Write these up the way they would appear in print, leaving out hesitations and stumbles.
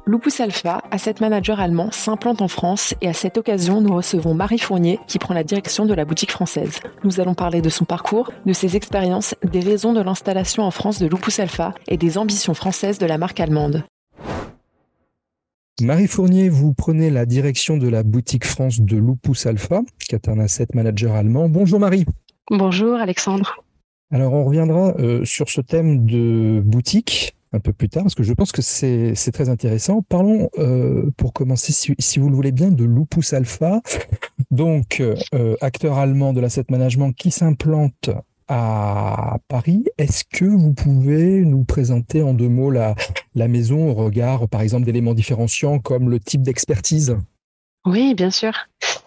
Lupus Alpha, asset manager allemand, s'implante en France et à cette occasion, nous recevons Marie Fournier qui prend la direction de la boutique française. Nous allons parler de son parcours, de ses expériences, des raisons de l'installation en France de Lupus Alpha et des ambitions françaises de la marque allemande. Marie Fournier, vous prenez la direction de la boutique France de Lupus Alpha, qui est un asset manager allemand. Bonjour Marie. Bonjour Alexandre. Alors on reviendra sur ce thème de boutique un peu plus tard, parce que je pense que c'est très intéressant. Parlons, pour commencer, si vous le voulez bien, de Lupus Alpha, donc acteur allemand de l'asset management qui s'implante à Paris. Est-ce que vous pouvez nous présenter en deux mots la maison au regard, par exemple, d'éléments différenciants comme le type d'expertise ? Oui, bien sûr.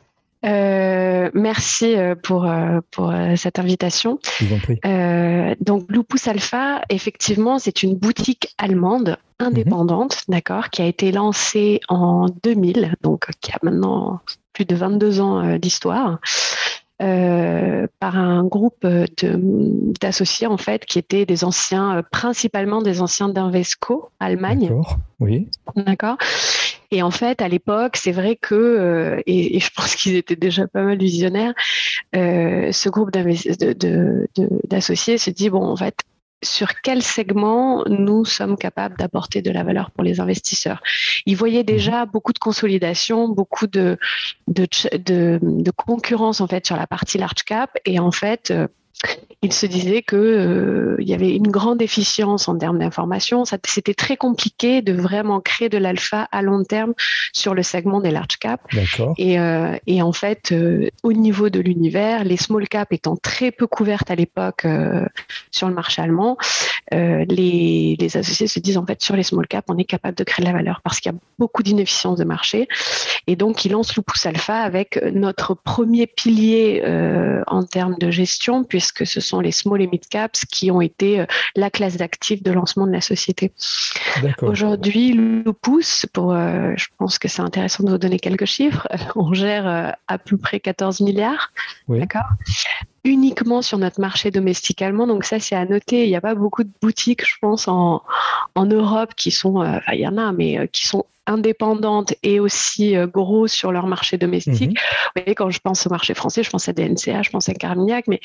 Merci pour cette invitation. Je vous en prie. Donc Lupus Alpha, effectivement, c'est une boutique allemande indépendante, d'accord, qui a été lancée en 2000, donc qui a maintenant plus de 22 ans d'histoire. Par un groupe d'associés en fait qui étaient des anciens, principalement des anciens d'Invesco Allemagne. D'accord, oui. D'accord. Et en fait, à l'époque, c'est vrai que, et je pense qu'ils étaient déjà pas mal visionnaires, ce groupe d'associés se dit, bon, en fait, sur quel segment nous sommes capables d'apporter de la valeur pour les investisseurs. Ils voyaient déjà beaucoup de consolidation, beaucoup de concurrence en fait sur la partie large cap, et en fait il se disait que il y avait une grande déficience en termes d'information. C'était très compliqué de vraiment créer de l'alpha à long terme sur le segment des large cap. D'accord. Et en fait, au niveau de l'univers, les small cap étant très peu couvertes à l'époque sur le marché allemand, les associés se disent en fait sur les small cap, on est capable de créer de la valeur parce qu'il y a beaucoup d'inefficience de marché. Et donc, ils lancent Lupus Alpha avec notre premier pilier en termes de gestion, puisque ce sont les small et mid caps qui ont été la classe d'actifs de lancement de la société. D'accord. Aujourd'hui, Lupus, je pense que c'est intéressant de vous donner quelques chiffres, on gère à peu près 14 milliards, oui. D'accord, uniquement sur notre marché domestique allemand. Donc ça, c'est à noter. Il n'y a pas beaucoup de boutiques, je pense, en Europe qui sont, il y en a, mais qui sont indépendantes et aussi grosses sur leur marché domestique. Vous voyez, quand je pense au marché français, je pense à DNCA, je pense à Carmignac, mais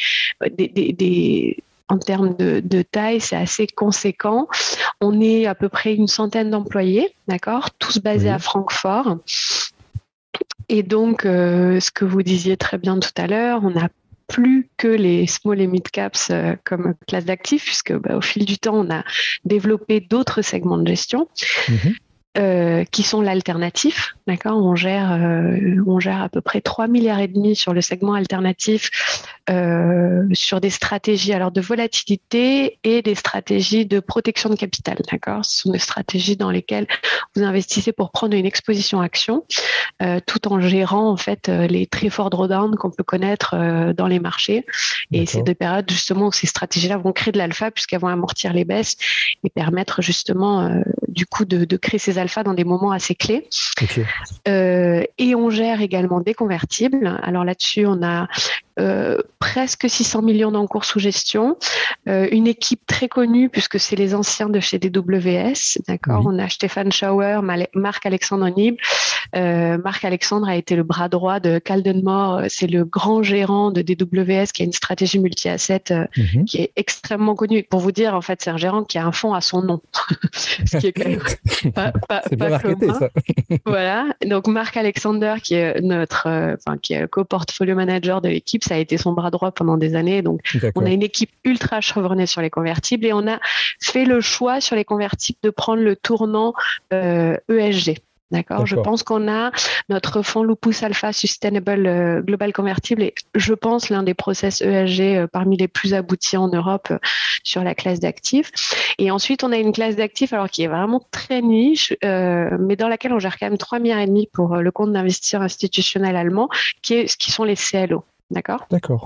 en termes de taille, c'est assez conséquent. On est à peu près une centaine d'employés, d'accord, tous basés à Francfort. Et donc, ce que vous disiez très bien tout à l'heure, on n'a plus que les small et mid caps comme classe d'actifs, puisque au fil du temps, on a développé d'autres segments de gestion. Qui sont l'alternatif, d'accord. On gère à peu près 3,5 milliards sur le segment alternatif, sur des stratégies alors de volatilité et des stratégies de protection de capital, d'accord. Ce sont des stratégies dans lesquelles vous investissez pour prendre une exposition action, tout en gérant en fait les très forts drawdowns qu'on peut connaître dans les marchés. Et c'est des périodes justement où ces stratégies-là vont créer de l'alpha puisqu'elles vont amortir les baisses et permettre justement du coup de créer ces alphas dans des moments assez clés. Et on gère également des convertibles. Alors là-dessus, on a presque 600 millions d'encours sous gestion, une équipe très connue puisque c'est les anciens de chez DWS, d'accord. On a Stéphane Schauer, Marc-Alexandre Nibel. Marc-Alexandre a été le bras droit de Kaldenmore, c'est le grand gérant de DWS qui a une stratégie multi-asset qui est extrêmement connue. Pour vous dire, en fait, c'est un gérant qui a un fonds à son nom, ce qui est quand même c'est bien marketé, ça. Voilà. Donc Marc Alexander, qui est qui est le co-portfolio manager de l'équipe, ça a été son bras droit pendant des années. Donc on a une équipe ultra chevronnée sur les convertibles et on a fait le choix sur les convertibles de prendre le tournant ESG. D'accord. Je pense qu'on a notre fonds Lupus Alpha Sustainable Global Convertible et je pense l'un des process ESG parmi les plus aboutis en Europe sur la classe d'actifs. Et ensuite, on a une classe d'actifs alors qui est vraiment très niche, mais dans laquelle on gère quand même 3,5 milliards pour le compte d'investisseurs institutionnels allemands, qui sont les CLO. D'accord. D'accord.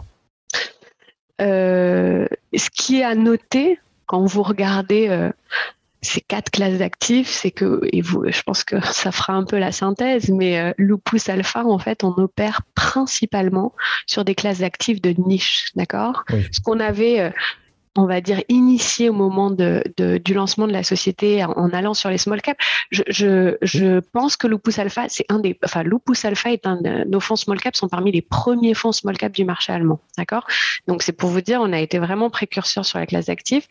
Ce qui est à noter quand vous regardez ces 4 classes d'actifs, c'est que, je pense que ça fera un peu la synthèse, mais Lupus Alpha, en fait, on opère principalement sur des classes d'actifs de niche, d'accord. Ce qu'on avait on va dire, initié au moment du lancement de la société en allant sur les small caps. Je pense que Lupus Alpha, Lupus Alpha est nos fonds small caps sont parmi les premiers fonds small caps du marché allemand. D'accord? Donc, c'est pour vous dire, on a été vraiment précurseurs sur la classe d'actifs.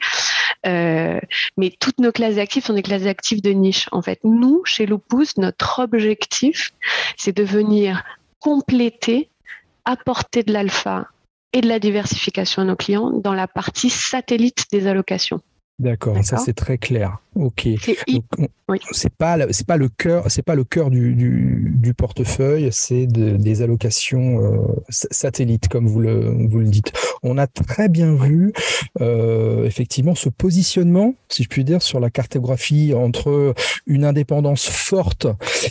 Mais toutes nos classes d'actifs sont des classes d'actifs de niche. En fait, nous, chez Lupus, notre objectif, c'est de venir compléter, apporter de l'alpha et de la diversification à nos clients dans la partie satellite des allocations. D'accord, ça c'est très clair. Ok. Oui. C'est pas le cœur du portefeuille, c'est des allocations satellites comme vous le dites. On a très bien vu effectivement ce positionnement, si je puis dire, sur la cartographie entre une indépendance forte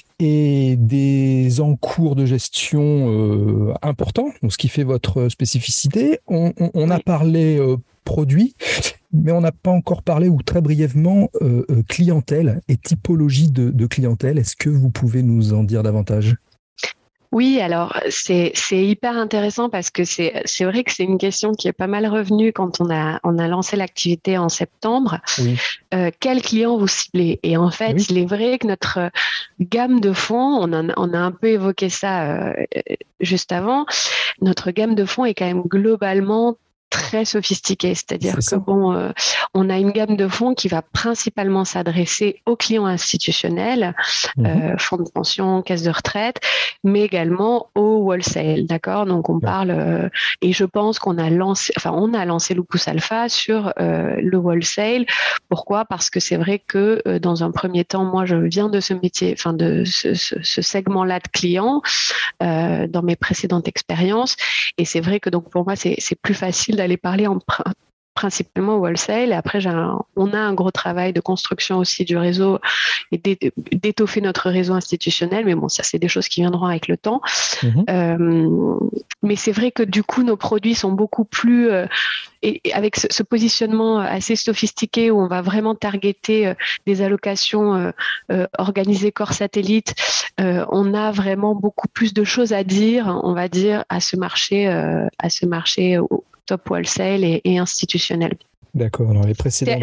et des encours de gestion importants, donc ce qui fait votre spécificité. On a parlé produits, mais on n'a pas encore parlé, ou très brièvement, clientèle et typologie de clientèle. Est-ce que vous pouvez nous en dire davantage ? Oui, alors c'est hyper intéressant parce que c'est vrai que c'est une question qui est pas mal revenue quand on a lancé l'activité en septembre. Oui. Quel client vous ciblez ? Et en fait, il est vrai que notre gamme de fonds, on a un peu évoqué ça juste avant, notre gamme de fonds est quand même globalement très sophistiqué, c'est-à-dire que on a une gamme de fonds qui va principalement s'adresser aux clients institutionnels, fonds de pension, caisses de retraite, mais également au wholesale, d'accord ? Donc on parle et je pense on a lancé Lupus Alpha sur le wholesale. Pourquoi ? Parce que c'est vrai que dans un premier temps, moi je viens de ce métier, de ce segment-là de clients dans mes précédentes expériences, et c'est vrai que donc pour moi c'est plus facile d'aller parler principalement au wholesale. Et après, on a un gros travail de construction aussi du réseau et d'étoffer notre réseau institutionnel. Mais bon, ça, c'est des choses qui viendront avec le temps. Mais c'est vrai que du coup, nos produits sont beaucoup plus... et avec ce positionnement assez sophistiqué où on va vraiment targeter des allocations organisées corps satellite, on a vraiment beaucoup plus de choses à dire, on va dire, à ce marché top wholesale et institutionnel. D'accord. Alors les précédentes...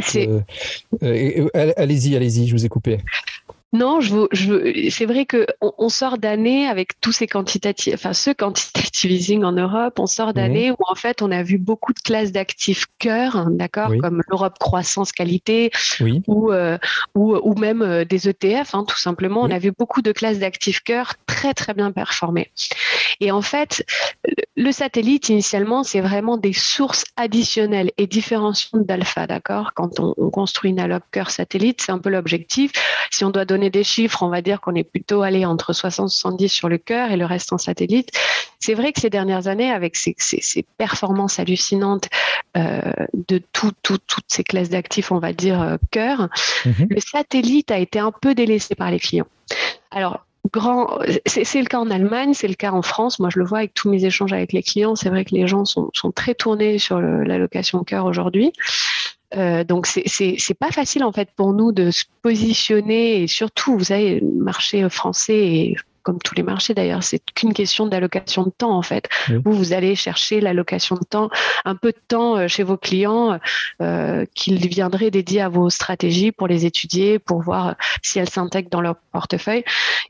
Allez-y, je vous ai coupé. Non, c'est vrai qu'on sort d'années avec tous ce quantitative easing en Europe, on sort d'années où en fait on a vu beaucoup de classes d'actifs cœur, d'accord, comme l'Europe croissance qualité, ou même des ETF, tout simplement. On a vu beaucoup de classes d'actifs cœur très très bien performer. Et en fait, le satellite initialement, c'est vraiment des sources additionnelles et différenciantes d'alpha, d'accord. Quand on construit une alloc cœur satellite, c'est un peu l'objectif. Si on doit donner des chiffres, on va dire qu'on est plutôt allé entre 60 et 70 sur le cœur et le reste en satellite. C'est vrai que ces dernières années, avec ces performances hallucinantes de toutes ces classes d'actifs, on va dire cœur, le satellite a été un peu délaissé par les clients. Alors, c'est le cas en Allemagne, c'est le cas en France. Moi, je le vois avec tous mes échanges avec les clients. C'est vrai que les gens sont très tournés sur l'allocation cœur aujourd'hui. Donc c'est pas facile en fait pour nous de se positionner, et surtout, vous savez, le marché français et comme tous les marchés d'ailleurs, c'est qu'une question d'allocation de temps en fait. Vous allez chercher l'allocation de temps, un peu de temps chez vos clients qu'ils viendraient dédier à vos stratégies pour les étudier, pour voir si elles s'intègrent dans leur portefeuille.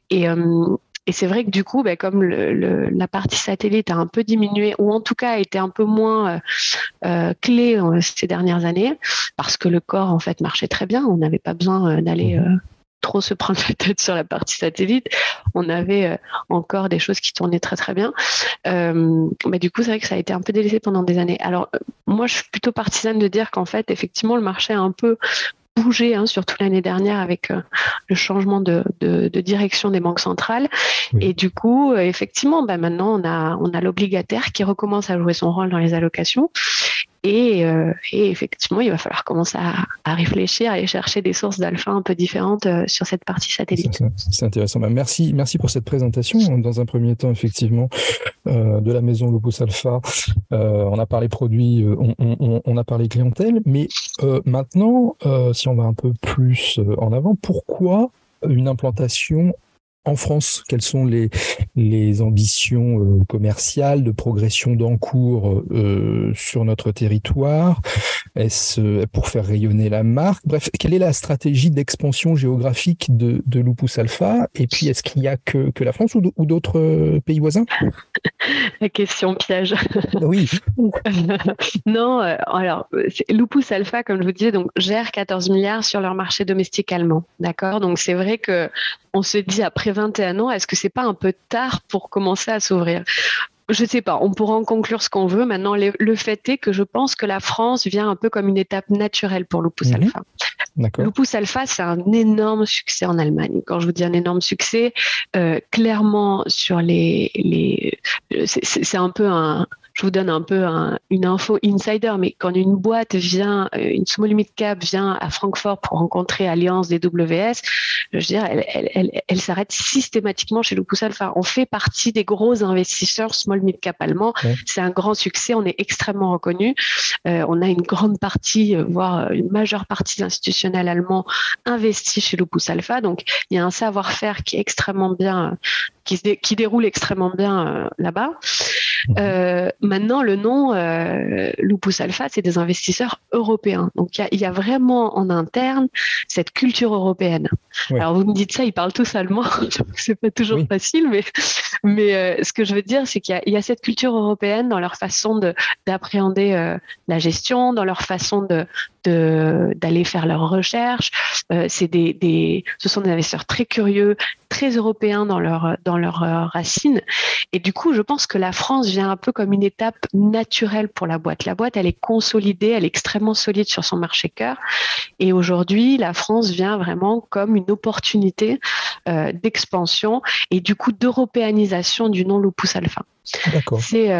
Et c'est vrai que du coup, comme la partie satellite a un peu diminué, ou en tout cas a été un peu moins clé ces dernières années, parce que le corps en fait marchait très bien, on n'avait pas besoin d'aller trop se prendre la tête sur la partie satellite, on avait encore des choses qui tournaient très très bien. Du coup, c'est vrai que ça a été un peu délaissé pendant des années. Alors, moi, je suis plutôt partisane de dire qu'en fait, effectivement, le marché a un peu bougé, surtout l'année dernière avec le changement de direction des banques centrales. Et du coup, effectivement, maintenant, on a l'obligataire qui recommence à jouer son rôle dans les allocations. Et effectivement, il va falloir commencer à réfléchir, à aller chercher des sources d'alpha un peu différentes sur cette partie satellite. C'est intéressant. Merci pour cette présentation. Dans un premier temps, effectivement, de la maison Lupus Alpha, on a parlé produits, on a parlé clientèle, mais maintenant, si on va un peu plus en avant, pourquoi une implantation en France, quelles sont les ambitions commerciales, de progression d'encours sur notre territoire? Est-ce pour faire rayonner la marque? Bref, quelle est la stratégie d'expansion géographique de Lupus Alpha? Et puis, est-ce qu'il n'y a que la France ou d'autres pays voisins? La question piège. Oui. Non, alors, Lupus Alpha, comme je vous disais, donc, gère 14 milliards sur leur marché domestique allemand. D'accord? Donc, c'est vrai qu'on se dit, après 21 ans, est-ce que c'est pas un peu tard pour commencer à s'ouvrir? Je ne sais pas, on pourra en conclure ce qu'on veut. Maintenant, le fait est que je pense que la France vient un peu comme une étape naturelle pour Lupus Alpha. D'accord. Lupus Alpha, c'est un énorme succès en Allemagne. Quand je vous dis un énorme succès, clairement sur c'est un peu je vous donne un peu une info insider, mais quand une boîte vient, une small mid cap vient à Francfort pour rencontrer Allianz DWS, je veux dire, elle s'arrête systématiquement chez Lupus Alpha. On fait partie des gros investisseurs small mid cap allemands. Ouais. C'est un grand succès, on est extrêmement reconnu. On a une grande partie, voire une majeure partie institutionnelle allemand investie chez Lupus Alpha. Donc, il y a un savoir-faire qui est extrêmement bien, qui déroule extrêmement bien là-bas. Maintenant, le nom Lupus Alpha, c'est des investisseurs européens. Donc, il y a vraiment en interne cette culture européenne. Oui. Alors, vous me dites ça, ils parlent tous allemand. C'est pas toujours facile, mais ce que je veux dire, c'est qu'il y a cette culture européenne dans leur façon d'appréhender la gestion, dans leur façon d'aller faire leurs recherches. Ce sont des investisseurs très curieux, très européens dans leurs racines. Et du coup, je pense que la France vient un peu comme une étape naturelle pour la boîte. La boîte, elle est consolidée, elle est extrêmement solide sur son marché cœur. Et aujourd'hui, la France vient vraiment comme une opportunité d'expansion et du coup d'européanisation du nom Lupus Alpha. D'accord.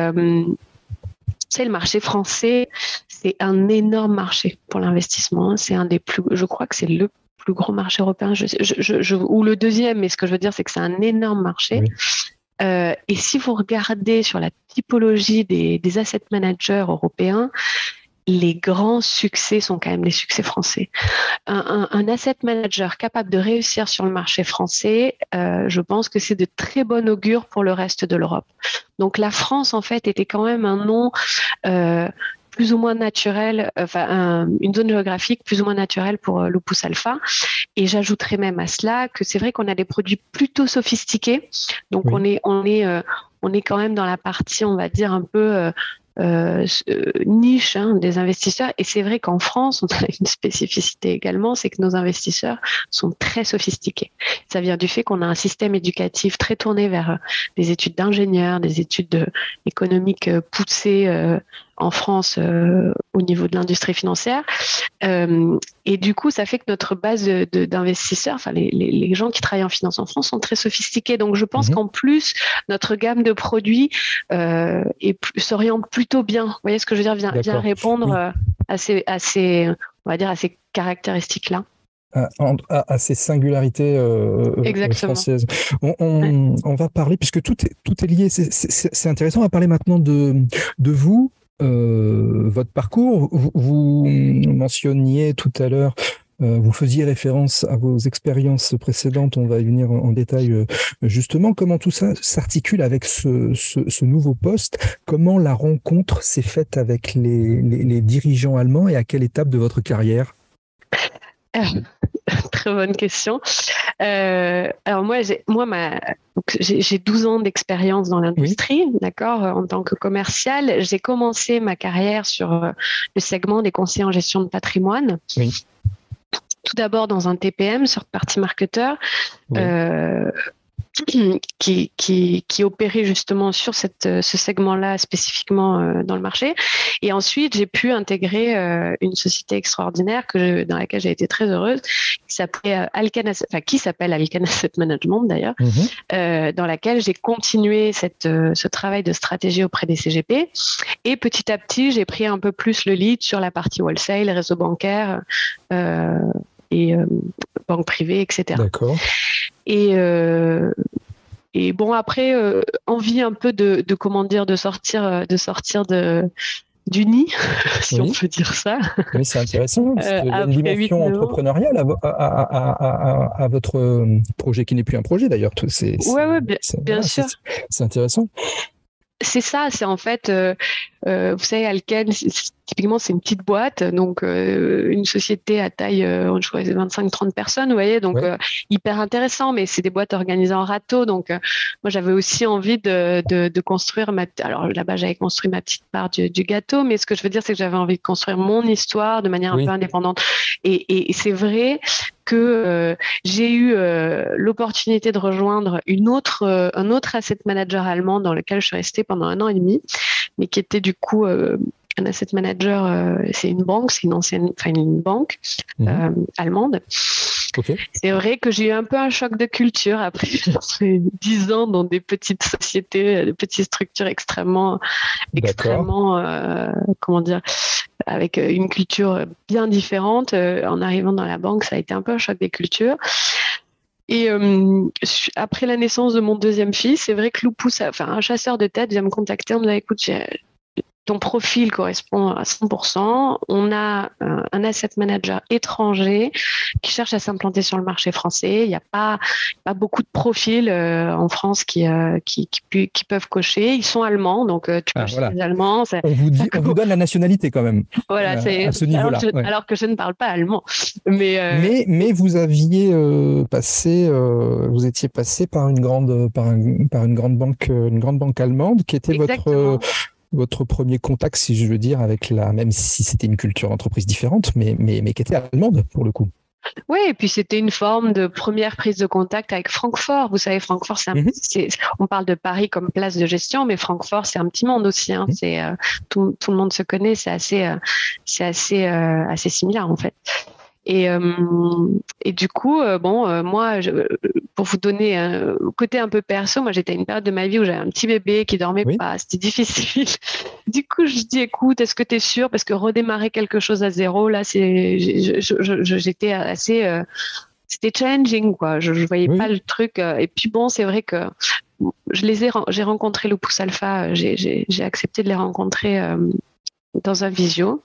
C'est le marché français, c'est un énorme marché pour l'investissement. C'est je crois que c'est le plus gros marché européen, ou le deuxième, mais ce que je veux dire, c'est que c'est un énorme marché. Oui. Et si vous regardez sur la typologie des asset managers européens, les grands succès sont quand même les succès français. Un asset manager capable de réussir sur le marché français, je pense que c'est de très bon augure pour le reste de l'Europe. Donc la France, en fait, était quand même un nom plus ou moins naturel, une zone géographique plus ou moins naturelle pour Lupus Alpha. Et j'ajouterais même à cela que c'est vrai qu'on a des produits plutôt sophistiqués. Donc oui. on est quand même dans la partie, on va dire, un peu niche des investisseurs. Et c'est vrai qu'en France, on a une spécificité également, c'est que nos investisseurs sont très sophistiqués. Ça vient du fait qu'on a un système éducatif très tourné vers des études d'ingénieurs, des études économiques poussées en France au niveau de l'industrie financière. Et du coup, ça fait que notre base d'investisseurs, enfin les gens qui travaillent en finance en France sont très sophistiqués. Donc, je pense qu'en plus, notre gamme de produits s'oriente plutôt bien. Vous voyez ce que je veux dire, vient répondre à ces caractéristiques-là. À ces singularités françaises. On va parler, puisque tout est lié, c'est intéressant, on va parler maintenant de vous, votre parcours. Vous mentionniez tout à l'heure, vous faisiez référence à vos expériences précédentes, on va y venir en détail justement. Comment tout ça s'articule avec ce nouveau poste? Comment la rencontre s'est faite avec les dirigeants allemands et à quelle étape de votre carrière? Très bonne question. Alors moi, j'ai 12 ans d'expérience dans l'industrie, d'accord, en tant que commercial. J'ai commencé ma carrière sur le segment des conseillers en gestion de patrimoine. Oui. Tout d'abord dans un TPM, sur partie marketeur, qui opérait justement sur ce segment-là spéciement dans le marché. Et ensuite, j'ai pu intégrer une société extraordinaire dans laquelle j'ai été très heureuse, qui s'appelle Alken Asset Management d'ailleurs, dans laquelle j'ai continué ce travail de stratégie auprès des CGP. Et petit à petit, j'ai pris un peu plus le lead sur la partie wholesale, réseau bancaire et banque privée, etc. D'accord. Et bon, après, envie un peu de sortir du nid, si on Oui. peut dire ça. Oui, c'est intéressant. Parce qu'il y a une Après dimension 8-9 ans. entrepreneuriale à votre projet, qui n'est plus un projet d'ailleurs. Ouais, bien Voilà, sûr. c'est intéressant. C'est ça, c'est en fait, vous savez, Alken, typiquement, c'est une petite boîte, donc une société à taille, je crois, 25-30 personnes, vous voyez, donc Ouais. hyper intéressant, mais c'est des boîtes organisées en râteau, donc moi, j'avais aussi envie de construire alors là-bas, j'avais construit ma petite part du gâteau, mais ce que je veux dire, c'est que j'avais envie de construire mon histoire de manière un Oui. peu indépendante. Et c'est vrai que j'ai eu l'opportunité de rejoindre un autre asset manager allemand dans lequel je suis restée pendant 1 an et demi, mais qui était du coup un asset manager, c'est une banque, c'est une banque allemande. Ok. C'est vrai que j'ai eu un peu un choc de culture après 10 ans dans des petites sociétés, des petites structures extrêmement, comment dire, avec une culture bien différente. En arrivant dans la banque, ça a été un peu un choc des cultures. Et après la naissance de mon deuxième fils, c'est vrai que un chasseur de tête vient me contacter en me disant, écoute, ton profil correspond à 100%. On a un asset manager étranger qui cherche à s'implanter sur le marché français. Il n'y a pas beaucoup de profils en France qui peuvent cocher. Ils sont allemands, donc tu coches les Allemands. On vous donne la nationalité quand même. Voilà, à ce niveau-là. Alors que je ne parle pas allemand. Mais vous aviez vous étiez passé par une grande banque allemande qui était votre premier contact, si je veux dire, même si c'était une culture d'entreprise différente, mais qui était allemande pour le coup. Oui, et puis c'était une forme de première prise de contact avec Francfort. Vous savez, Francfort, on parle de Paris comme place de gestion, mais Francfort, c'est un petit monde aussi. Hein. C'est tout le monde se connaît, c'est assez similaire en fait. Et du coup, moi, pour vous donner un côté un peu perso, moi j'étais à une période de ma vie où j'avais un petit bébé qui dormait pas, c'était difficile. Du coup, je dis, écoute, est-ce que tu es sûre? Parce que redémarrer quelque chose à zéro, là, j'étais assez, c'était challenging, quoi. Je voyais pas le truc. Et puis bon, c'est vrai que j'ai rencontré Lupus Alpha, j'ai accepté de les rencontrer dans un visio.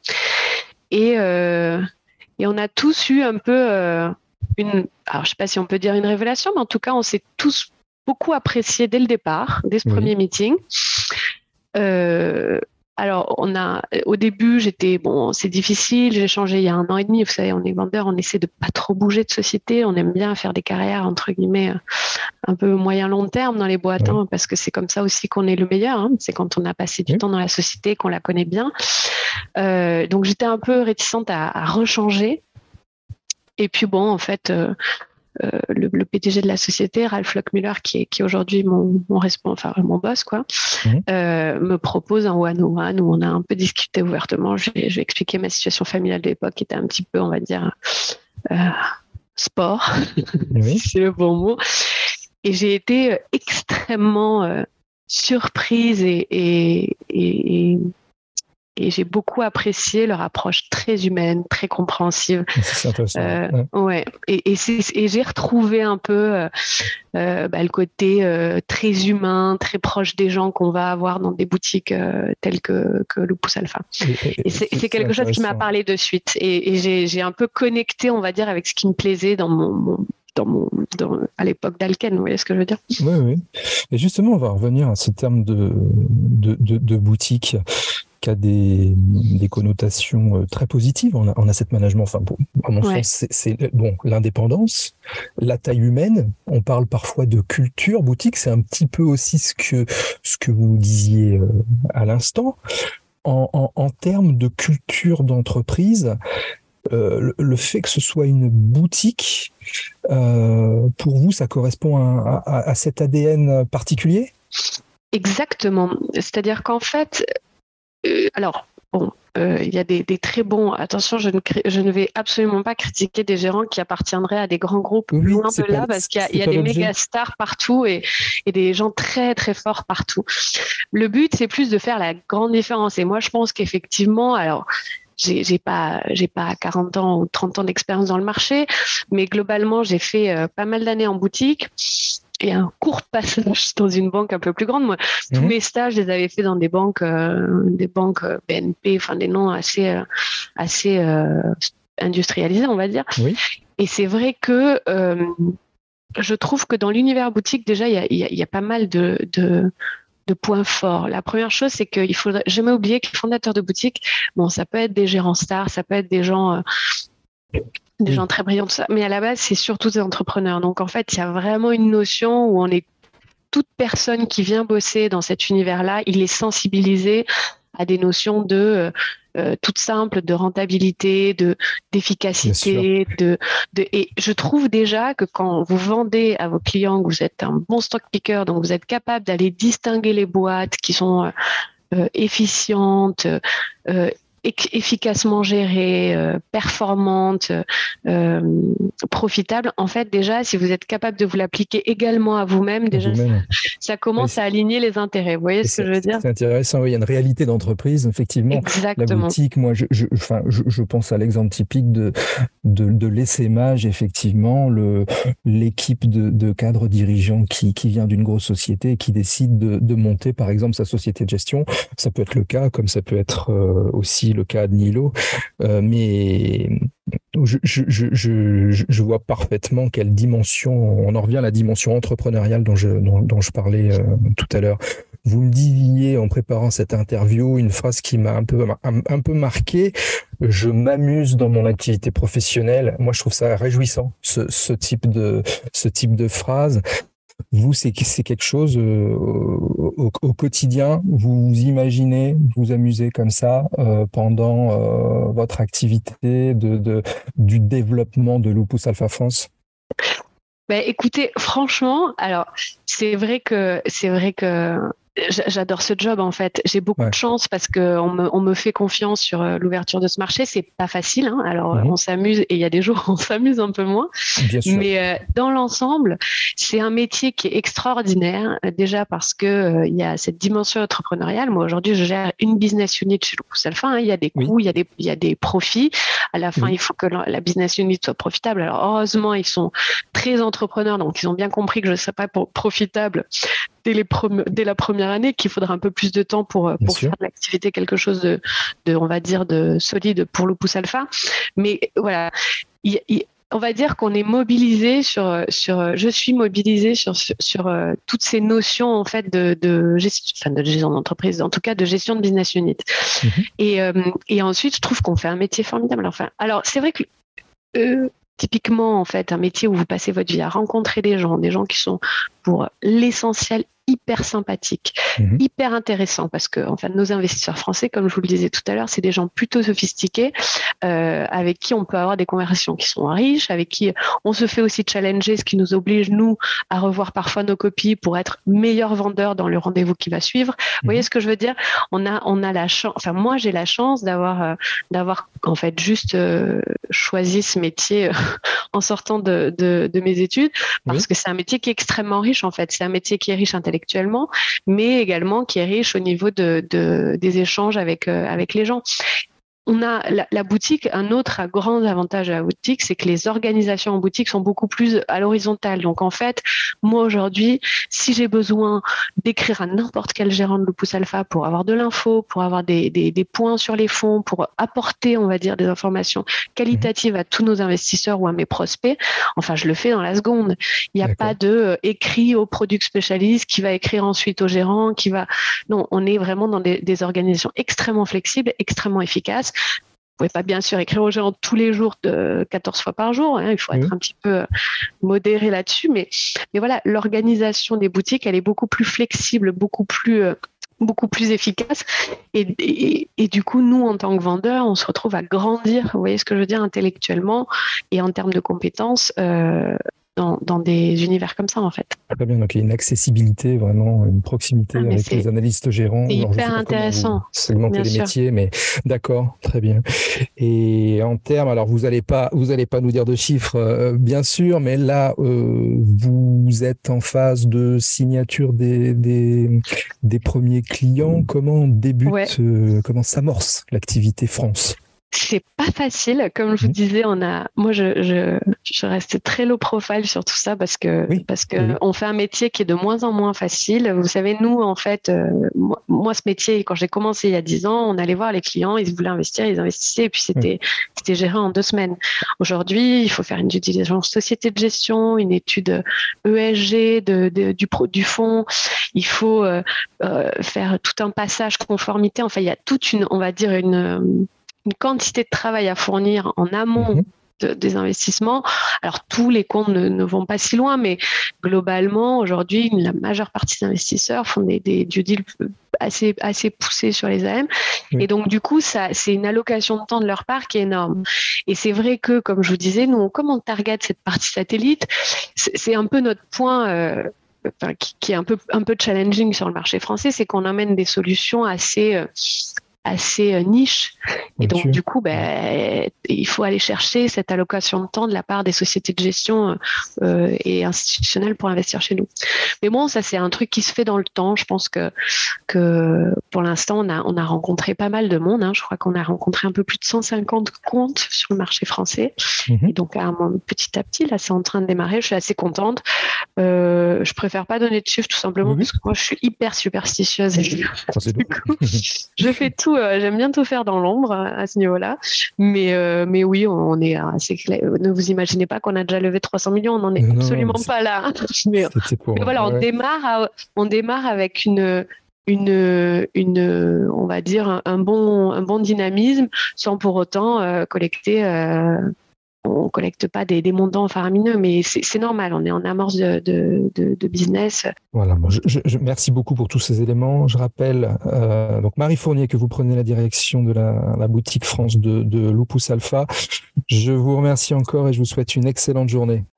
Et on a tous eu un peu alors je sais pas si on peut dire une révélation, mais en tout cas, on s'est tous beaucoup appréciés dès le départ, dès ce premier meeting. Alors, au début, c'est difficile, j'ai changé il y a 1 an et demi, vous savez, on est vendeur, on essaie de pas trop bouger de société, on aime bien faire des carrières, entre guillemets, un peu moyen-long terme dans les boîtes, parce que c'est comme ça aussi qu'on est le meilleur, hein, c'est quand on a passé du temps dans la société, qu'on la connaît bien. Donc, j'étais un peu réticente à rechanger. Et puis bon, en fait, le PDG de la société, Ralph Lockmuller, qui est aujourd'hui mon boss, quoi, me propose un one-on-one où on a un peu discuté ouvertement. Je vais expliquer ma situation familiale de l'époque, qui était un petit peu, on va dire, sport, si c'est le bon mot. Et j'ai été extrêmement surprise et j'ai beaucoup apprécié leur approche très humaine, très compréhensive. C'est intéressant. Et j'ai retrouvé un peu le côté très humain, très proche des gens qu'on va avoir dans des boutiques telles que Lupus Alpha. Et c'est quelque chose qui m'a parlé de suite. Et j'ai un peu connecté, on va dire, avec ce qui me plaisait à l'époque d'Alken, vous voyez ce que je veux dire? Oui. Et justement, on va revenir à ce terme de boutique qui a des connotations très positives en asset management. Enfin, à mon sens, c'est l'indépendance, la taille humaine. On parle parfois de culture boutique. C'est un petit peu aussi ce que vous nous disiez à l'instant. En termes de culture d'entreprise, le fait que ce soit une boutique, pour vous, ça correspond à cet ADN particulier? Exactement. C'est-à-dire qu'en fait, il y a des très bons. Attention, je ne vais absolument pas critiquer des gérants qui appartiendraient à des grands groupes, loin de là, parce qu'il y a des méga stars partout et des gens très très forts partout. Le but, c'est plus de faire la grande différence. Et moi, je pense qu'effectivement, alors. J'ai pas 40 ans ou 30 ans d'expérience dans le marché, mais globalement, j'ai fait pas mal d'années en boutique. et un court passage dans une banque un peu plus grande. Moi, tous mes stages, je les avais fait dans des banques BNP, enfin des noms assez industrialisés, on va dire. Oui. Et c'est vrai que je trouve que dans l'univers boutique, déjà, il y a pas mal de points forts. La première chose, c'est qu'il faut jamais oublier que les fondateurs de boutique, bon, ça peut être des gérants stars, ça peut être des gens très brillants, tout ça, mais à la base, c'est surtout des entrepreneurs. Donc, en fait, il y a vraiment une notion où on est toute personne qui vient bosser dans cet univers-là, il est sensibilisé à des notions de toutes simples, de rentabilité, d'efficacité, et je trouve déjà que quand vous vendez à vos clients que vous êtes un bon stock picker, donc vous êtes capable d'aller distinguer les boîtes qui sont efficientes, efficacement gérée, performante, profitable. En fait, déjà, si vous êtes capable de vous l'appliquer également à vous-même, déjà, ça commence à aligner les intérêts. Vous voyez ce que je veux dire ? C'est intéressant. Oui, il y a une réalité d'entreprise, effectivement. Exactement. La boutique, moi, je pense à l'exemple typique de l'essaimage, effectivement, l'équipe de cadres dirigeants qui vient d'une grosse société et qui décide de monter, par exemple, sa société de gestion. Ça peut être le cas, comme ça peut être aussi le cas de Nilo, mais je vois parfaitement quelle dimension, on en revient à la dimension entrepreneuriale dont je parlais tout à l'heure. Vous me disiez en préparant cette interview une phrase qui m'a un peu marqué. Je m'amuse dans mon activité professionnelle. Moi, je trouve ça réjouissant, ce type de phrase. Vous, c'est quelque chose au quotidien, vous imaginez vous amuser comme ça pendant votre activité du développement de Lupus Alpha France? Ben, écoutez, franchement, alors c'est vrai que j'adore ce job en fait. J'ai beaucoup de chance parce que on me fait confiance sur l'ouverture de ce marché. C'est pas facile, hein. Alors on s'amuse et il y a des jours où on s'amuse un peu moins. Bien sûr. Mais dans l'ensemble, c'est un métier qui est extraordinaire. Déjà parce que il y a cette dimension entrepreneuriale. Moi aujourd'hui, je gère une business unit chez Lupus Alpha. Hein. Il y a des coûts, il y a des profits. À la fin, il faut que la business unit soit profitable. Alors heureusement, ils sont très entrepreneurs, donc ils ont bien compris que je ne serais pas profitable dès la première année, qu'il faudra un peu plus de temps pour faire de l'activité quelque chose de on va dire, de solide pour Lupus Alpha. Mais voilà, on va dire qu'on est mobilisé je suis mobilisée sur toutes ces notions en fait de gestion d'entreprise, en tout cas de gestion de business unit. Et ensuite, je trouve qu'on fait un métier formidable. Enfin, alors c'est vrai que typiquement, en fait, un métier où vous passez votre vie à rencontrer des gens qui sont pour l'essentiel hyper sympathiques, hyper intéressants, parce que en fait, nos investisseurs français, comme je vous le disais tout à l'heure, c'est des gens plutôt sophistiqués, avec qui on peut avoir des conversations qui sont riches, avec qui on se fait aussi challenger, ce qui nous oblige, nous, à revoir parfois nos copies pour être meilleurs vendeurs dans le rendez-vous qui va suivre. Vous voyez ce que je veux dire ? On a la chance, enfin moi j'ai la chance d'avoir en fait juste choisi ce métier en sortant de mes études, parce que c'est un métier qui est extrêmement riche en fait. C'est un métier qui est riche intellectuellement, mais également qui est riche au niveau des échanges avec les gens. On a la boutique, un autre grand avantage de la boutique, c'est que les organisations en boutique sont beaucoup plus à l'horizontale. Donc en fait, moi aujourd'hui, si j'ai besoin d'écrire à n'importe quel gérant de Lupus Alpha pour avoir de l'info, pour avoir des points sur les fonds, pour apporter, on va dire, des informations qualitatives à tous nos investisseurs ou à mes prospects, enfin je le fais dans la seconde. Il n'y a pas de écrit au product spécialiste qui va écrire ensuite au gérant, Non, on est vraiment dans des organisations extrêmement flexibles, extrêmement efficaces. Vous ne pouvez pas bien sûr écrire aux gens tous les jours 14 fois par jour, hein, il faut être un petit peu modéré là-dessus, mais voilà, l'organisation des boutiques, elle est beaucoup plus flexible, beaucoup plus efficace, et du coup, nous, en tant que vendeurs, on se retrouve à grandir, vous voyez ce que je veux dire, intellectuellement et en termes de compétences, dans des univers comme ça, en fait. Très bien, donc il y a une accessibilité, vraiment, une proximité avec les analystes gérants. C'est hyper intéressant. Segmenter les métiers, mais d'accord, très bien. Et en termes, alors vous allez pas nous dire de chiffres, bien sûr, mais là, vous êtes en phase de signature des premiers clients. Comment débute, comment s'amorce l'activité France ? C'est pas facile, comme je vous disais, moi je reste très low profile sur tout ça parce que on fait un métier qui est de moins en moins facile. Vous savez, nous en fait, moi ce métier, quand j'ai commencé il y a 10 ans, on allait voir les clients, ils voulaient investir, ils investissaient et puis c'était géré en 2 semaines. Aujourd'hui, il faut faire une due diligence société de gestion, une étude ESG du fonds, il faut faire tout un passage conformité. Enfin, il y a toute une quantité de travail à fournir en amont des investissements. Alors, tous les comptes ne vont pas si loin, mais globalement, aujourd'hui, la majeure partie des investisseurs font des due deals assez poussés sur les AM. Et donc, du coup, c'est une allocation de temps de leur part qui est énorme. Et c'est vrai que, comme je vous disais, nous, comme on target cette partie satellite, c'est un peu notre point qui est un peu challenging sur le marché français, c'est qu'on amène des solutions assez niche. Et donc, du coup, il faut aller chercher cette allocation de temps de la part des sociétés de gestion et institutionnelles pour investir chez nous. Mais bon, ça, c'est un truc qui se fait dans le temps. Je pense que pour l'instant, on a rencontré pas mal de monde. Je crois qu'on a rencontré un peu plus de 150 comptes sur le marché français. Et donc, petit à petit, là, c'est en train de démarrer. Je suis assez contente. Je préfère pas donner de chiffres tout simplement parce que moi, je suis hyper superstitieuse. Je fais tout. J'aime bien tout faire dans l'ombre à ce niveau-là. Mais oui, on est assez clair. Ne vous imaginez pas qu'on a déjà levé 300 millions. On n'en est absolument pas là. Mais voilà, on démarre avec on va dire un bon dynamisme sans pour autant collecter. On collecte pas des montants faramineux, mais c'est normal. On est en amorce de business. Voilà. Je merci beaucoup pour tous ces éléments. Je rappelle donc Marie Fournier que vous prenez la direction de la boutique France de Lupus Alpha. Je vous remercie encore et je vous souhaite une excellente journée.